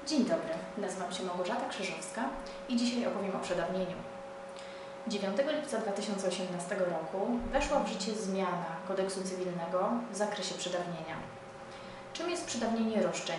Dzień dobry, nazywam się Małgorzata Krzyżowska i dzisiaj opowiem o przedawnieniu. 9 lipca 2018 roku weszła w życie zmiana Kodeksu Cywilnego w zakresie przedawnienia. Czym jest przedawnienie roszczeń?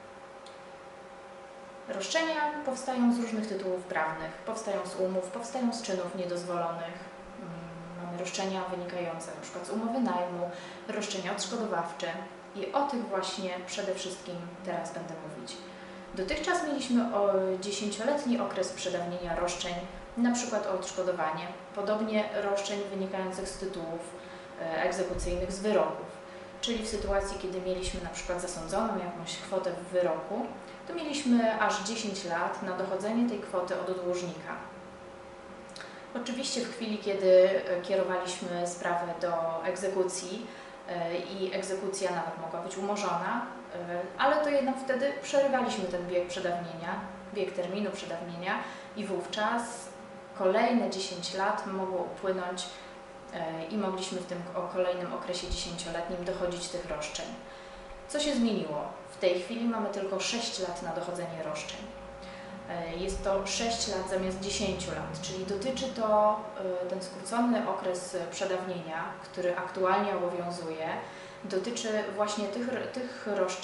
Roszczenia powstają z różnych tytułów prawnych, powstają z umów, powstają z czynów niedozwolonych. Mamy roszczenia wynikające np. z umowy najmu, roszczenia odszkodowawcze i o tych właśnie przede wszystkim teraz będę mówić. Dotychczas mieliśmy 10-letni okres przedawnienia roszczeń, np. o odszkodowanie, podobnie roszczeń wynikających z tytułów egzekucyjnych z wyroków. Czyli w sytuacji, kiedy mieliśmy np. zasądzoną jakąś kwotę w wyroku, to mieliśmy aż 10 lat na dochodzenie tej kwoty od dłużnika. Oczywiście w chwili, kiedy kierowaliśmy sprawę do egzekucji i egzekucja nawet mogła być umorzona, ale to jednak wtedy przerywaliśmy ten bieg przedawnienia, bieg terminu przedawnienia i wówczas kolejne 10 lat mogło upłynąć i mogliśmy w tym kolejnym okresie 10-letnim dochodzić tych roszczeń. Co się zmieniło? W tej chwili mamy tylko 6 lat na dochodzenie roszczeń. Jest to 6 lat zamiast 10 lat, czyli dotyczy to ten skrócony okres przedawnienia, który aktualnie obowiązuje, dotyczy właśnie tych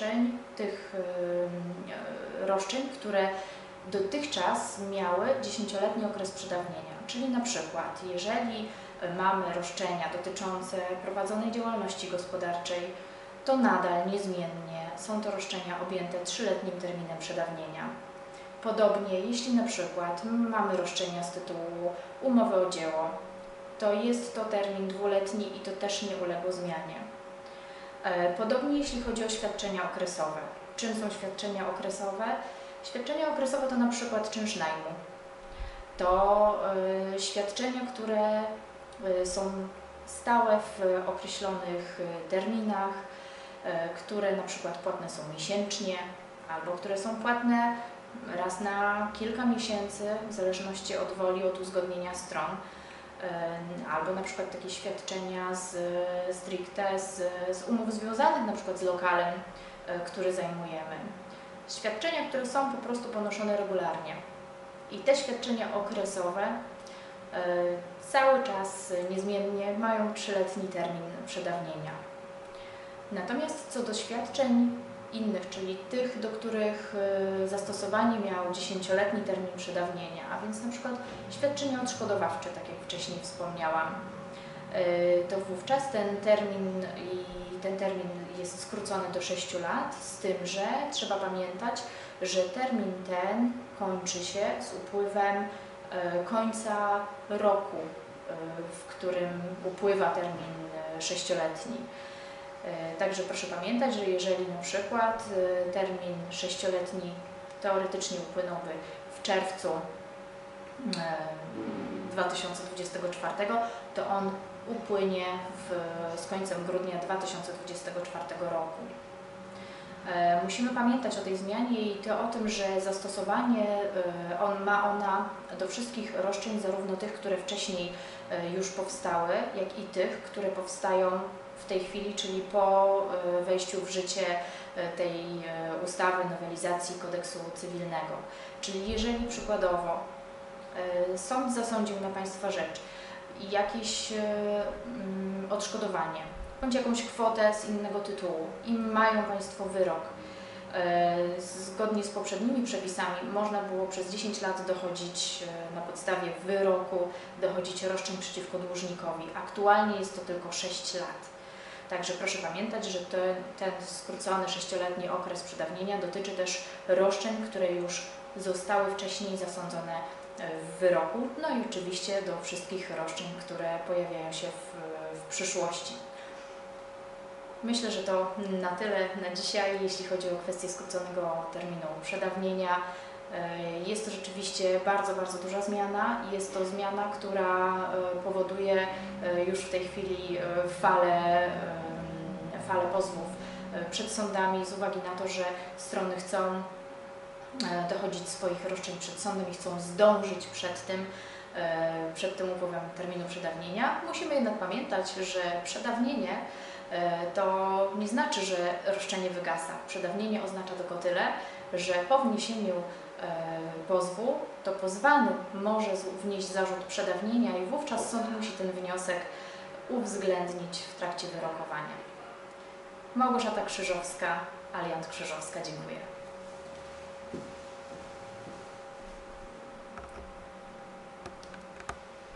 roszczeń, które dotychczas miały 10-letni okres przedawnienia. Czyli na przykład, jeżeli mamy roszczenia dotyczące prowadzonej działalności gospodarczej, to nadal niezmiennie są to roszczenia objęte 3-letnim terminem przedawnienia. Podobnie, jeśli na przykład mamy roszczenia z tytułu umowy o dzieło, to jest to termin 2-letni i to też nie uległo zmianie. Podobnie jeśli chodzi o świadczenia okresowe. Czym są świadczenia okresowe? Świadczenia okresowe to na przykład czynsz najmu. To świadczenia, które są stałe w określonych terminach, które na przykład płatne są miesięcznie, albo które są płatne raz na kilka miesięcy, w zależności od woli, od uzgodnienia stron, albo na przykład takie świadczenia stricte z umów związanych na przykład z lokalem, który zajmujemy. Świadczenia, które są po prostu ponoszone regularnie. I te świadczenia okresowe cały czas niezmiennie mają 3-letni termin przedawnienia. Natomiast co do świadczeń innych, czyli tych, do których zastosowanie miał 10-letni termin przedawnienia, a więc na przykład świadczenia odszkodowawcze, tak jak wcześniej wspomniałam, to wówczas ten termin jest skrócony do 6 lat, z tym, że trzeba pamiętać, że termin ten kończy się z upływem końca roku, w którym upływa termin 6-letni. Także proszę pamiętać, że jeżeli na przykład termin 6-letni teoretycznie upłynąłby w czerwcu 2024, to on upłynie z końcem grudnia 2024 roku. Musimy pamiętać o tej zmianie i o tym, że zastosowanie ma ona do wszystkich roszczeń, zarówno tych, które wcześniej już powstały, jak i tych, które powstają w tej chwili, czyli po wejściu w życie tej ustawy, nowelizacji Kodeksu Cywilnego. Czyli jeżeli przykładowo sąd zasądził na Państwa rzecz i jakieś odszkodowanie, bądź jakąś kwotę z innego tytułu i mają Państwo wyrok, zgodnie z poprzednimi przepisami można było przez 10 lat dochodzić na podstawie wyroku, dochodzić roszczeń przeciwko dłużnikowi. Aktualnie jest to tylko 6 lat. Także proszę pamiętać, że ten skrócony 6-letni okres przedawnienia dotyczy też roszczeń, które już zostały wcześniej zasądzone w wyroku, no i oczywiście do wszystkich roszczeń, które pojawiają się w przyszłości. Myślę, że to na tyle na dzisiaj, jeśli chodzi o kwestię skróconego terminu przedawnienia. Jest to rzeczywiście bardzo, bardzo duża zmiana. Jest to zmiana, która powoduje już w tej chwili falę pozwów przed sądami z uwagi na to, że strony chcą dochodzić swoich roszczeń przed sądem i chcą zdążyć przed tym upływem terminu przedawnienia. Musimy jednak pamiętać, że przedawnienie to nie znaczy, że roszczenie wygasa. Przedawnienie oznacza tylko tyle, że po wniesieniu pozwu to pozwany może wnieść zarzut przedawnienia i wówczas sąd musi ten wniosek uwzględnić w trakcie wyrokowania. Małgorzata Krzyżowska, Aliant Krzyżowska, dziękuję.